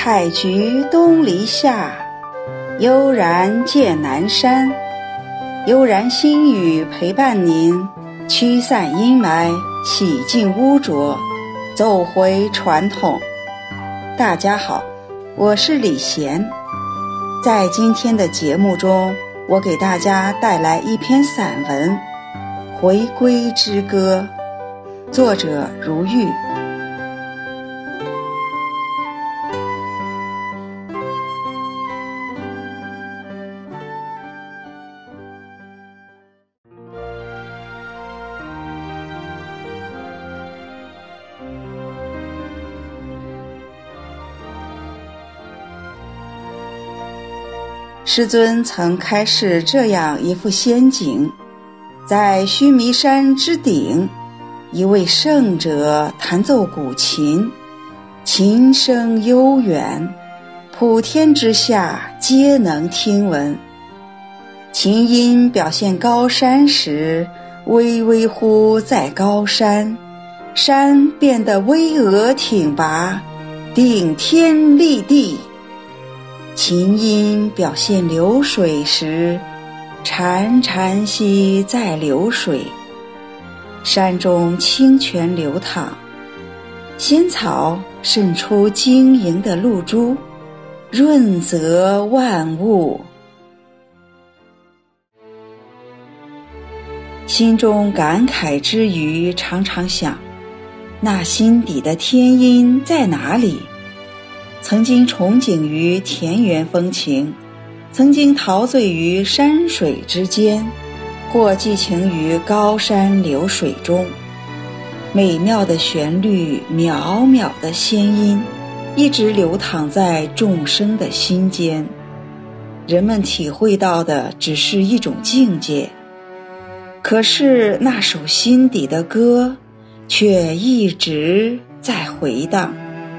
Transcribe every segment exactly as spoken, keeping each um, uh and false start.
采菊东篱下，悠然见南山。悠然心语陪伴您，驱散阴霾，洗净污浊，走回传统。大家好，我是李贤。在今天的节目中，我给大家带来一篇散文《回归之歌》，作者如玉。师尊曾开示这样一幅仙景：在须弥山之顶，一位圣者弹奏古琴，琴声悠远，普天之下皆能听闻。琴音表现高山时，巍巍乎在高山，山变得巍峨挺拔，顶天立地。琴音表现流水时，潺潺兮在流水，山中清泉流淌，仙草渗出晶莹的露珠，润泽万物。心中感慨之余，常常想，那心底的天音在哪里？曾经憧憬于田园风情，曾经陶醉于山水之间，或寄情于高山流水中。美妙的旋律，渺渺的仙音，一直流淌在众生的心间。人们体会到的只是一种境界，可是那首心底的歌，却一直在回荡。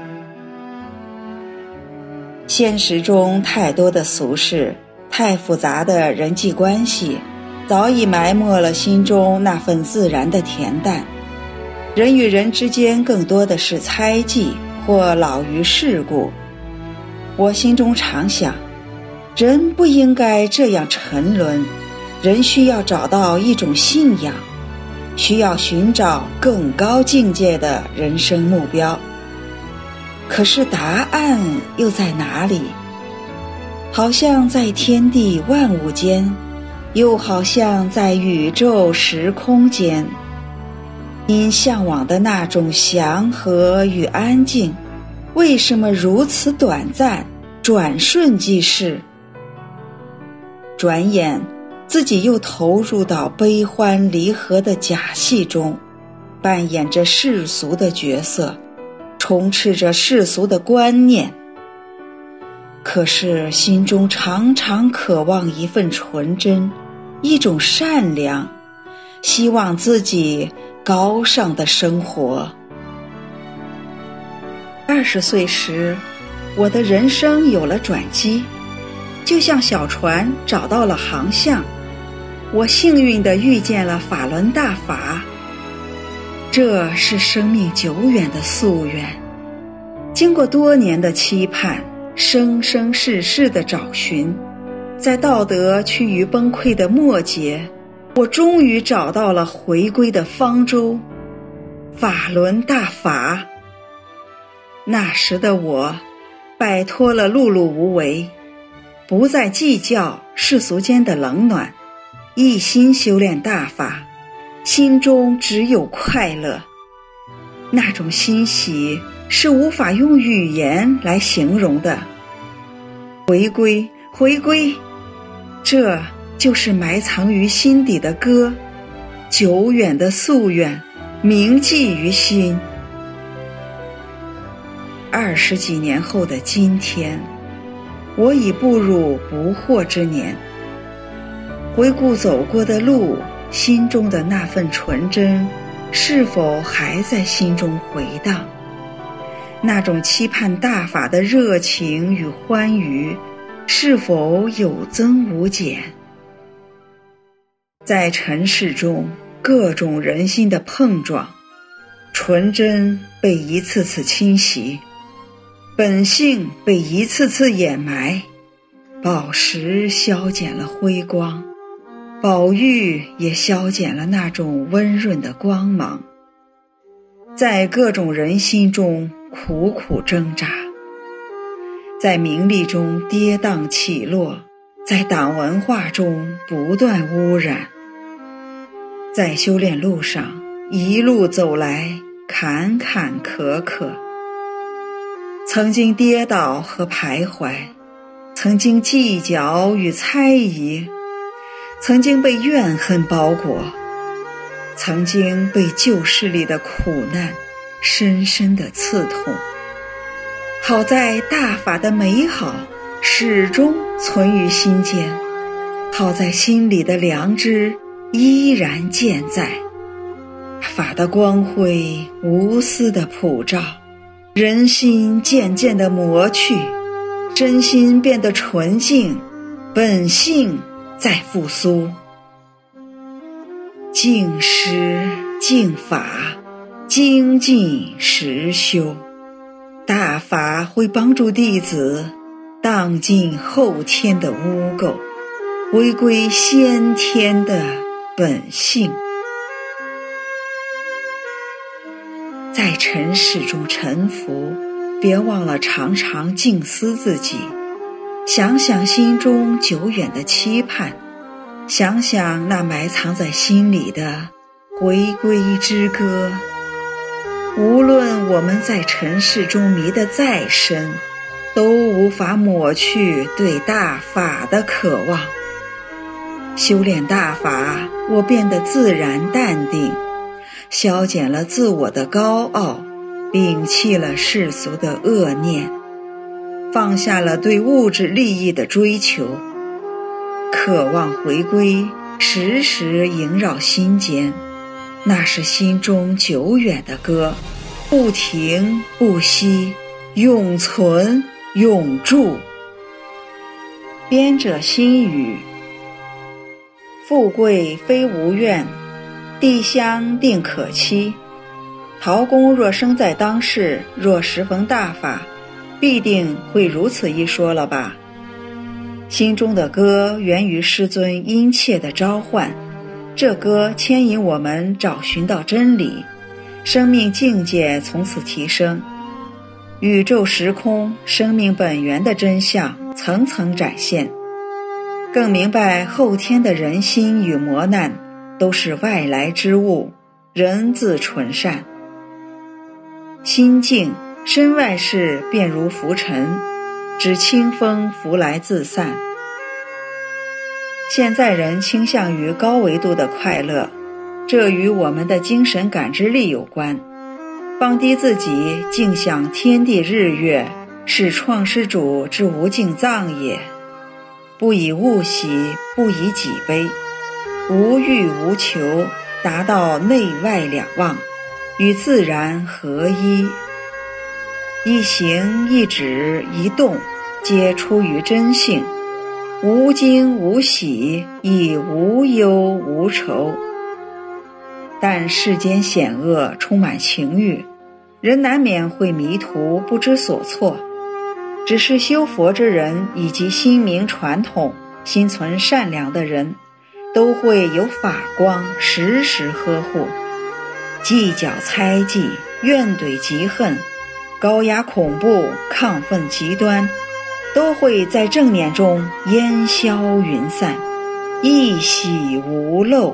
现实中太多的俗事，太复杂的人际关系，早已埋没了心中那份自然的恬淡。人与人之间更多的是猜忌或老于世故。我心中常想，人不应该这样沉沦，人需要找到一种信仰，需要寻找更高境界的人生目标。可是答案又在哪里？好像在天地万物间，又好像在宇宙时空间。因向往的那种祥和与安静，为什么如此短暂，转瞬即逝？转眼自己又投入到悲欢离合的假戏中，扮演着世俗的角色，充斥着世俗的观念。可是心中常常渴望一份纯真，一种善良，希望自己高尚的生活。二十岁时，我的人生有了转机，就像小船找到了航向，我幸运地遇见了法轮大法。这是生命久远的夙愿，经过多年的期盼，生生世世的找寻，在道德趋于崩溃的末节，我终于找到了回归的方舟——法轮大法。那时的我，摆脱了碌碌无为，不再计较世俗间的冷暖，一心修炼大法，心中只有快乐。那种欣喜是无法用语言来形容的。回归，回归，这就是埋藏于心底的歌，久远的夙愿，铭记于心。二十几年后的今天，我已步入不惑之年。回顾走过的路，心中的那份纯真，是否还在心中回荡？那种期盼大法的热情与欢愉，是否有增无减？在尘世中，各种人心的碰撞，纯真被一次次侵袭， 本性被一次次掩埋，宝石消减了辉光，宝玉也消减了那种温润的光芒，在各种人心中苦苦挣扎，在名利中跌宕起落，在党文化中不断污染，在修炼路上一路走来坎坎坷坷，曾经跌倒和徘徊，曾经计较与猜疑，曾经被怨恨包裹，曾经被旧势力的苦难深深地刺痛。好在大法的美好始终存于心间，好在心里的良知依然健在，法的光辉无私地普照，人心渐渐地磨去，真心变得纯净，本性在复苏。静师静法，精进实修，大法会帮助弟子荡尽后天的污垢，回归先天的本性。在尘世中沉浮，别忘了常常静思自己，想想心中久远的期盼，想想那埋藏在心里的回归之歌。无论我们在尘世中迷得再深，都无法抹去对大法的渴望。修炼大法，我变得自然淡定，消减了自我的高傲，摒弃了世俗的恶念，放下了对物质利益的追求，渴望回归时时萦绕心间，那是心中久远的歌，不停不息，永存永驻。编者心语：富贵非无怨，地香定可期。陶公若生在当世，若时逢大法，必定会如此一说了吧。心中的歌源于师尊殷切的召唤，这歌牵引我们找寻到真理，生命境界从此提升，宇宙时空生命本源的真相层层展现，更明白后天的人心与磨难都是外来之物，人自纯善。心静，身外事便如浮尘，只清风拂来自散。现在人倾向于高维度的快乐，这与我们的精神感知力有关。放低自己，静享天地日月，是创世主之无尽藏也。不以物喜，不以己悲，无欲无求，达到内外两忘，与自然合一。一行一止一动，皆出于真性，无惊无喜，亦无忧无愁。但世间险恶，充满情欲，人难免会迷途不知所措。只是修佛之人以及心明传统、心存善良的人，都会有法光时时呵护。计较猜忌、怨怼嫉恨、高压恐怖、亢奋极端，都会在正念中烟消云散，一洗无漏。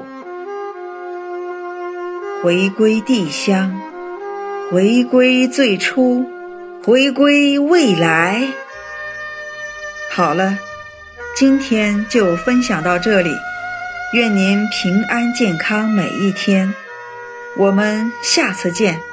回归地香，回归最初，回归未来。好了，今天就分享到这里，愿您平安健康每一天，我们下次见。